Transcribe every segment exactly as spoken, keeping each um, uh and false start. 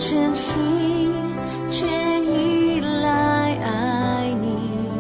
全心全意来爱你，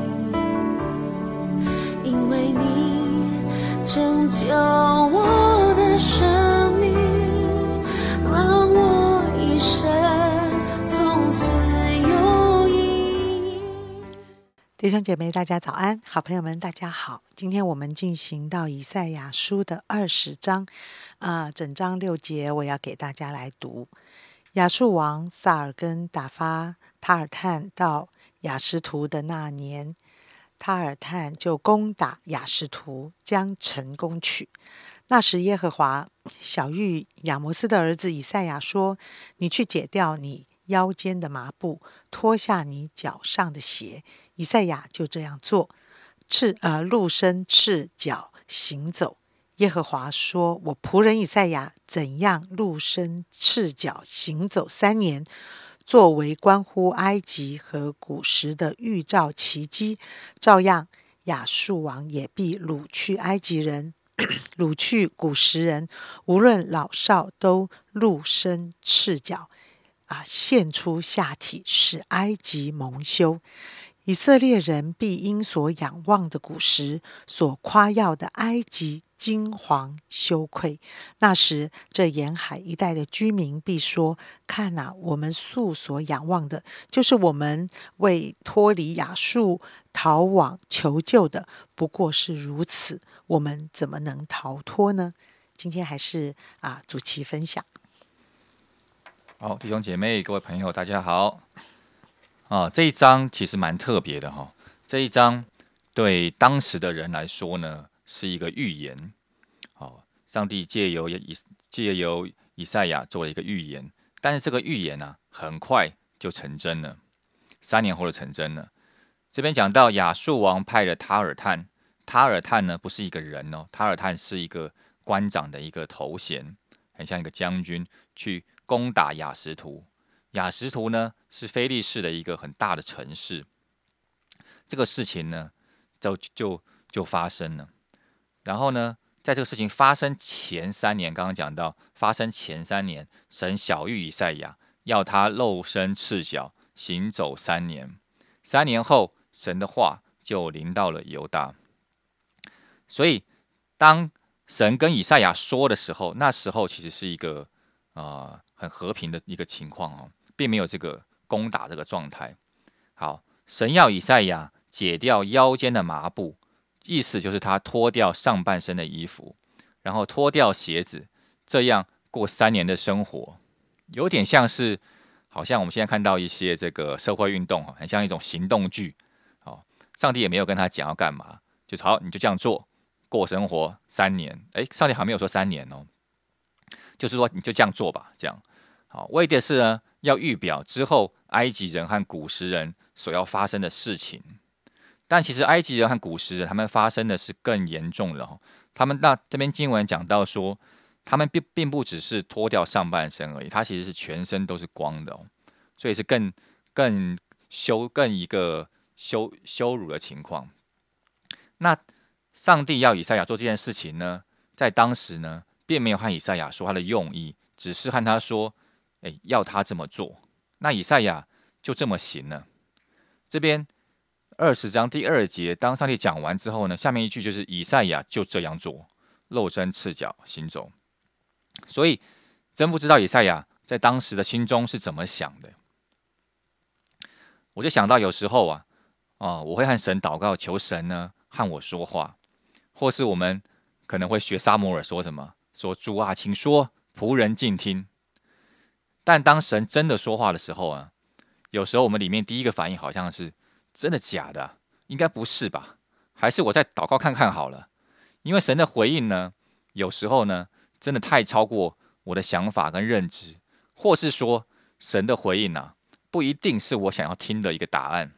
因为你拯救我的生命，让我一生从此有意义。 弟兄姐妹大家早安，好朋友们大家好。今天我们进行到以赛亚书的二十章，呃，整章六节我要给大家来读。亚述王撒尔根打发他尔探到亚实图的那年，他尔探就攻打亚实图，将城攻取。那时耶和华晓谕亚摩斯的儿子以赛亚说：你去解掉你腰间的麻布，脱下你脚上的鞋。以赛亚就这样做，赤呃露身赤脚行走。耶和华说：我仆人以赛亚怎样露身赤脚行走三年，作为关乎埃及和古时的预兆奇迹，照样亚述王也必掳去埃及人，掳去古时人，无论老少都露身赤脚，啊，现出下体，使埃及蒙羞。以色列人必因所仰望的古时，所夸耀的埃及惊惶羞愧。那时，这沿海一带的居民必说：看哪，我们素所仰望的，就是我们为脱离亚述逃往求救的，不过是如此，我们怎么能逃脱呢？今天还是啊，主题分享。 好，弟兄姐妹、各位朋友，大家好。啊，这一章其实蛮特别的哈。这一章对当时的人来说呢，是一个预言。好，上帝借由以借由以赛亚做了一个预言，但是这个预言呢、啊，很快就成真了，三年后就成真了。这边讲到亚述王派了他尔探，他尔探呢不是一个人哦，他尔探是一个官长的一个头衔，很像一个将军，去攻打亚实图。亚实图呢是非利士的一个很大的城市，这个事情呢就就就发生了。然后呢，在这个事情发生前三年，刚刚讲到发生前三年，神晓谕以赛亚，要他露身赤脚行走三年。三年后，神的话就临到了犹大。所以，当神跟以赛亚说的时候，那时候其实是一个呃很和平的一个情况哦。并没有这个攻打这个状态。好，神要以赛亚解掉腰间的麻布，意思就是他脱掉上半身的衣服，然后脱掉鞋子，这样过三年的生活，有点像是，好像我们现在看到一些这个社会运动，很像一种行动剧。好，上帝也没有跟他讲要干嘛，就是好，你就这样做，过生活三年。哎，上帝还没有说三年哦，就是说你就这样做吧，这样。好，为的是呢，要预表之后埃及人和古时人所要发生的事情。但其实埃及人和古时人他们发生的是更严重的哦。他们那这边经文讲到说，他们并并不只是脱掉上半身而已，他其实是全身都是光的哦，所以是更更羞更一个羞羞辱的情况。那上帝要以赛亚做这件事情呢，在当时呢，并没有和以赛亚说他的用意，只是和他说。哎，要他这么做，那以赛亚就这么行了。这边二十章第二节，当上帝讲完之后呢，下面一句就是以赛亚就这样做，露身赤脚行走。所以真不知道以赛亚在当时的心中是怎么想的。我就想到有时候啊，啊，我会和神祷告，求神呢和我说话，或是我们可能会学撒母耳说什么，说主啊，请说，仆人静听。但当神真的说话的时候啊，有时候我们里面第一个反应好像是真的假的、啊，应该不是吧？还是我再祷告看看好了。因为神的回应呢，有时候呢，真的太超过我的想法跟认知，或是说神的回应啊，不一定是我想要听的一个答案。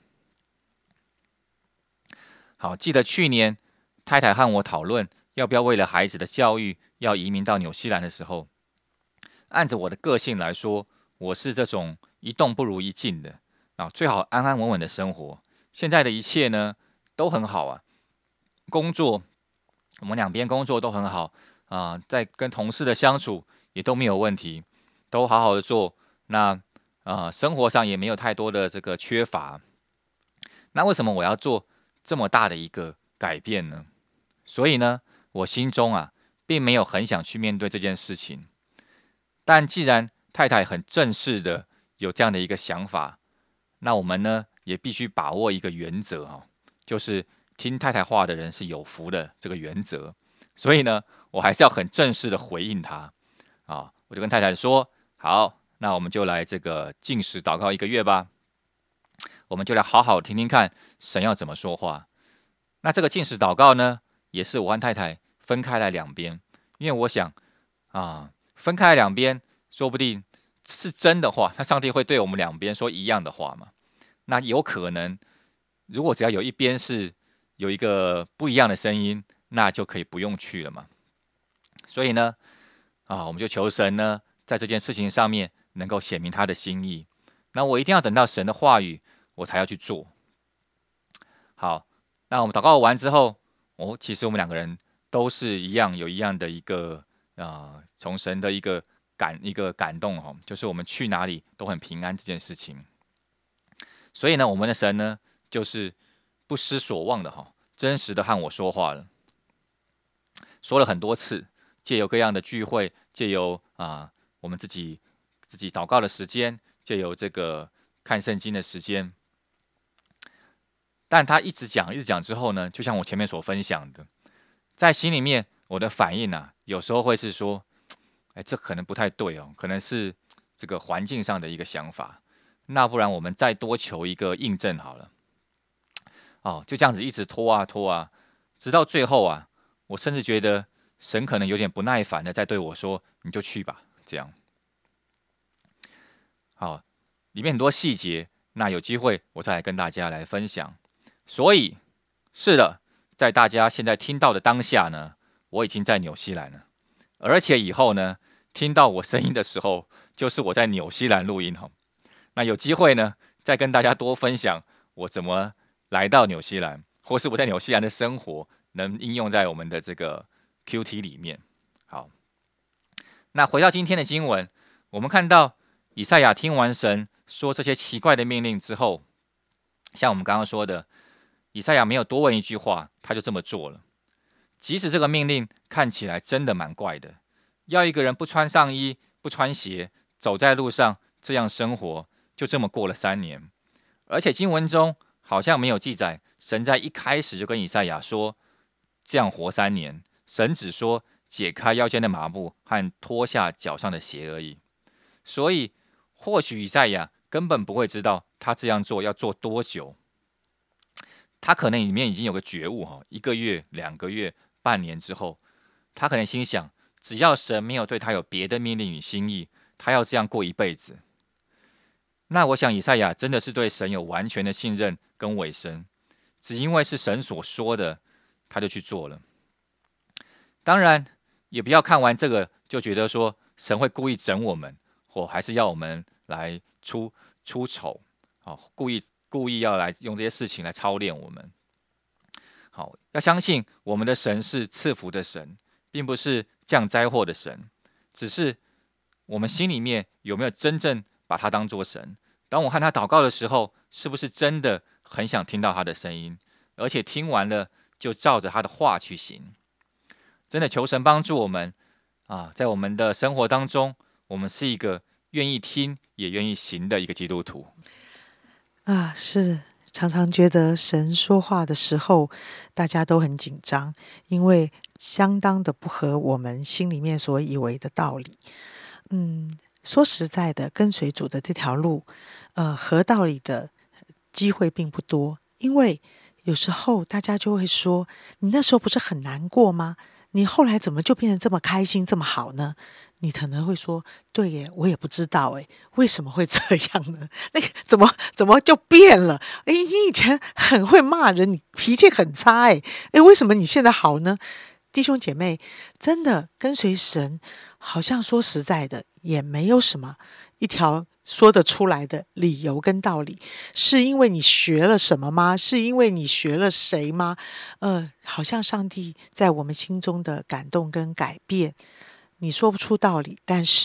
好，记得去年太太和我讨论要不要为了孩子的教育要移民到纽西兰的时候。按着我的个性来说，我是这种一动不如一静的啊，最好安安稳稳的生活。现在的一切呢都很好啊，工作我们两边工作都很好啊，在跟同事的相处也都没有问题，都好好的做。那呃生活上也没有太多的这个缺乏。那为什么我要做这么大的一个改变呢？所以呢，我心中啊，并没有很想去面对这件事情。但既然太太很正式的有这样的一个想法，那我们呢，也必须把握一个原则哦，就是听太太话的人是有福的这个原则。所以呢，我还是要很正式的回应她啊，我就跟太太说：好，那我们就来这个禁食祷告一个月吧。我们就来好好听听看神要怎么说话。那这个禁食祷告呢，也是我和太太分开来两边，因为我想啊，分开来两边，说不定是真的话，那上帝会对我们两边说一样的话嘛？那有可能，如果只要有一边是有一个不一样的声音，那就可以不用去了嘛。所以呢，啊，我们就求神呢，在这件事情上面能够显明他的心意。那我一定要等到神的话语，我才要去做。好，那我们祷告完之后，哦，其实我们两个人都是一样，有一样的一个啊、呃，从神的一个感一个感动哦，就是我们去哪里都很平安这件事情。所以呢，我们的神呢，就是不失所望的哈、哦，真实的和我说话了，说了很多次，借由各样的聚会，借由啊、呃、我们自己自己祷告的时间，借由这个看圣经的时间。但他一直讲一直讲之后呢，就像我前面所分享的，在心里面我的反应啊，有时候会是说，哎，这可能不太对哦，可能是这个环境上的一个想法。那不然我们再多求一个印证好了。哦，就这样子一直拖啊拖啊，直到最后啊，我甚至觉得神可能有点不耐烦的在对我说：“你就去吧。”这样。好，里面很多细节，那有机会我再来跟大家来分享。所以，是的，在大家现在听到的当下呢，我已经在纽西兰了，而且以后呢，听到我声音的时候，就是我在纽西兰录音哈。那有机会呢，再跟大家多分享我怎么来到纽西兰，或是我在纽西兰的生活，能应用在我们的这个 Q T 里面。好，那回到今天的经文，我们看到以赛亚听完神说这些奇怪的命令之后，像我们刚刚说的，以赛亚没有多问一句话，他就这么做了。即使这个命令看起来真的蛮怪的，要一个人不穿上衣、不穿鞋，走在路上这样生活，就这么过了三年。而且经文中好像没有记载，神在一开始就跟以赛亚说这样活三年，神只说解开腰间的麻布和脱下脚上的鞋而已。所以或许以赛亚根本不会知道他这样做要做多久。他可能里面已经有个觉悟哈，一个月、两个月、半年之后，他可能心想，只要神没有对他有别的命令与心意，他要这样过一辈子。那我想以赛亚真的是对神有完全的信任跟委身，只因为是神所说的，他就去做了。当然，也不要看完这个就觉得说神会故意整我们，或还是要我们来出出丑，哦，故意。故意要来用这些事情来操练我们。好，要相信我们的神是赐福的神，并不是降灾祸的神，只是我们心里面有没有真正把他当作神？当我和他祷告的时候，是不是真的很想听到他的声音，而且听完了就照着他的话去行？真的求神帮助我们啊，在我们的生活当中，我们是一个愿意听也愿意行的一个基督徒。 啊，是常常觉得神说话的时候，大家都很紧张，因为相当的不合我们心里面所以为的道理。嗯，说实在的，跟随主的这条路，呃，合道理的机会并不多，因为有时候大家就会说：“你那时候不是很难过吗？你后来怎么就变得这么开心、这么好呢？”你可能会说：“对耶，我也不知道哎，为什么会这样呢？那个怎么怎么就变了？哎，你以前很会骂人，你脾气很差哎，哎，为什么你现在好呢？”弟兄姐妹，真的跟随神，好像说实在的，也没有什么一条说得出来的理由跟道理。是因为你学了什么吗？是因为你学了谁吗？呃，好像上帝在我们心中的感动跟改变。你说不出道理，但是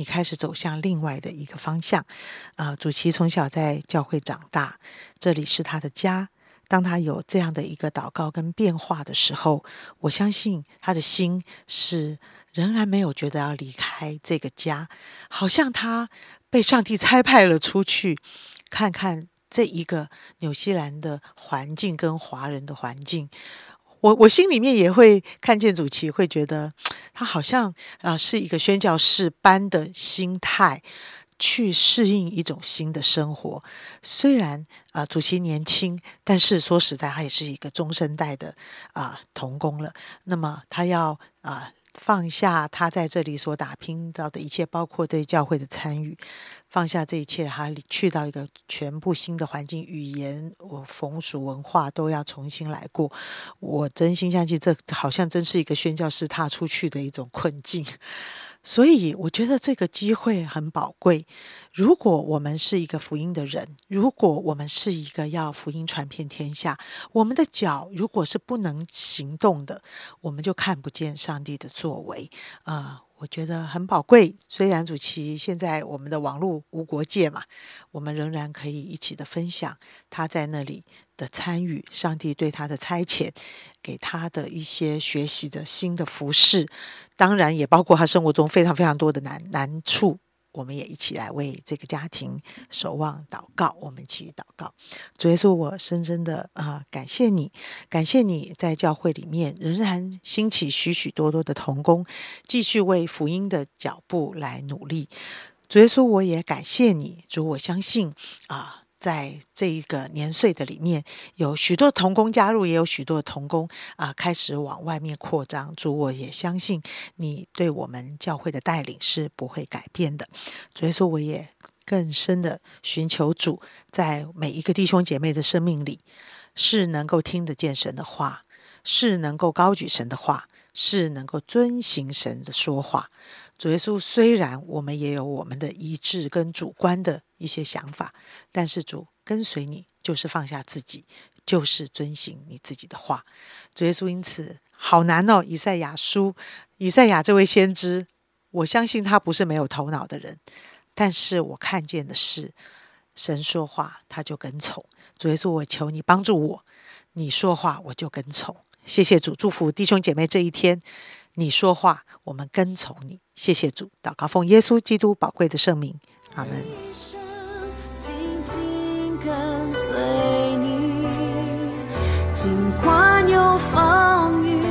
你开始走向另外的一个方向。啊，主齐从小在教会长大，这里是他的家。当他有这样的一个祷告跟变化的时候，我相信他的心是仍然没有觉得要离开这个家，好像他被上帝差派了出去，看看这一个纽西兰的环境跟华人的环境。我我心里面也会看见主齐，会觉得他好像呃是一个宣教士般的心态，去适应一种新的生活。虽然呃主齐年轻，但是说实在，他也是一个中生代的啊、呃、同工了。那么他要啊、呃、放下他在这里所打拼到的一切，包括对教会的参与，放下这一切，他去到一个全部新的环境，语言、我风俗文化都要重新来过。我真心相信，这好像真是一个宣教士踏出去的一种困境。所以我觉得这个机会很宝贵。如果我们是一个福音的人，如果我们是一个要福音传遍天下，我们的脚如果是不能行动的，我们就看不见上帝的作为。呃我觉得很宝贵。虽然主齐现在我们的网络无国界嘛，我们仍然可以一起的分享他在那里的参与，上帝对他的差遣，给他的一些学习的新的服事，当然也包括他生活中非常非常多的难难处。我们也一起来为这个家庭守望祷告，我们一起祷告。主耶稣，我深深的啊、呃、感谢你，感谢你在教会里面仍然兴起许许多多的同工，继续为福音的脚步来努力。主耶稣，我也感谢你，主，我相信啊。呃在这一个年岁的里面，有许多同工加入，也有许多的同工啊、呃、开始往外面扩张。主，我也相信你对我们教会的带领是不会改变的。所以说，我也更深的寻求主，在每一个弟兄姐妹的生命里，是能够听得见神的话，是能够高举神的话，是能够遵行神的说话。主耶稣，虽然我们也有我们的意志跟主观的一些想法，但是主，跟随你就是放下自己，就是遵行你自己的话。主耶稣，因此好难哦。以赛亚书，以赛亚这位先知，我相信他不是没有头脑的人，但是我看见的是神说话他就跟从。主耶稣，我求你帮助我，你说话我就跟从。谢谢主，祝福弟兄姐妹这一天，你说话我们跟从你。谢谢主，祷告奉耶稣基督宝贵的圣名，阿们。 紧紧跟随你，尽管有风雨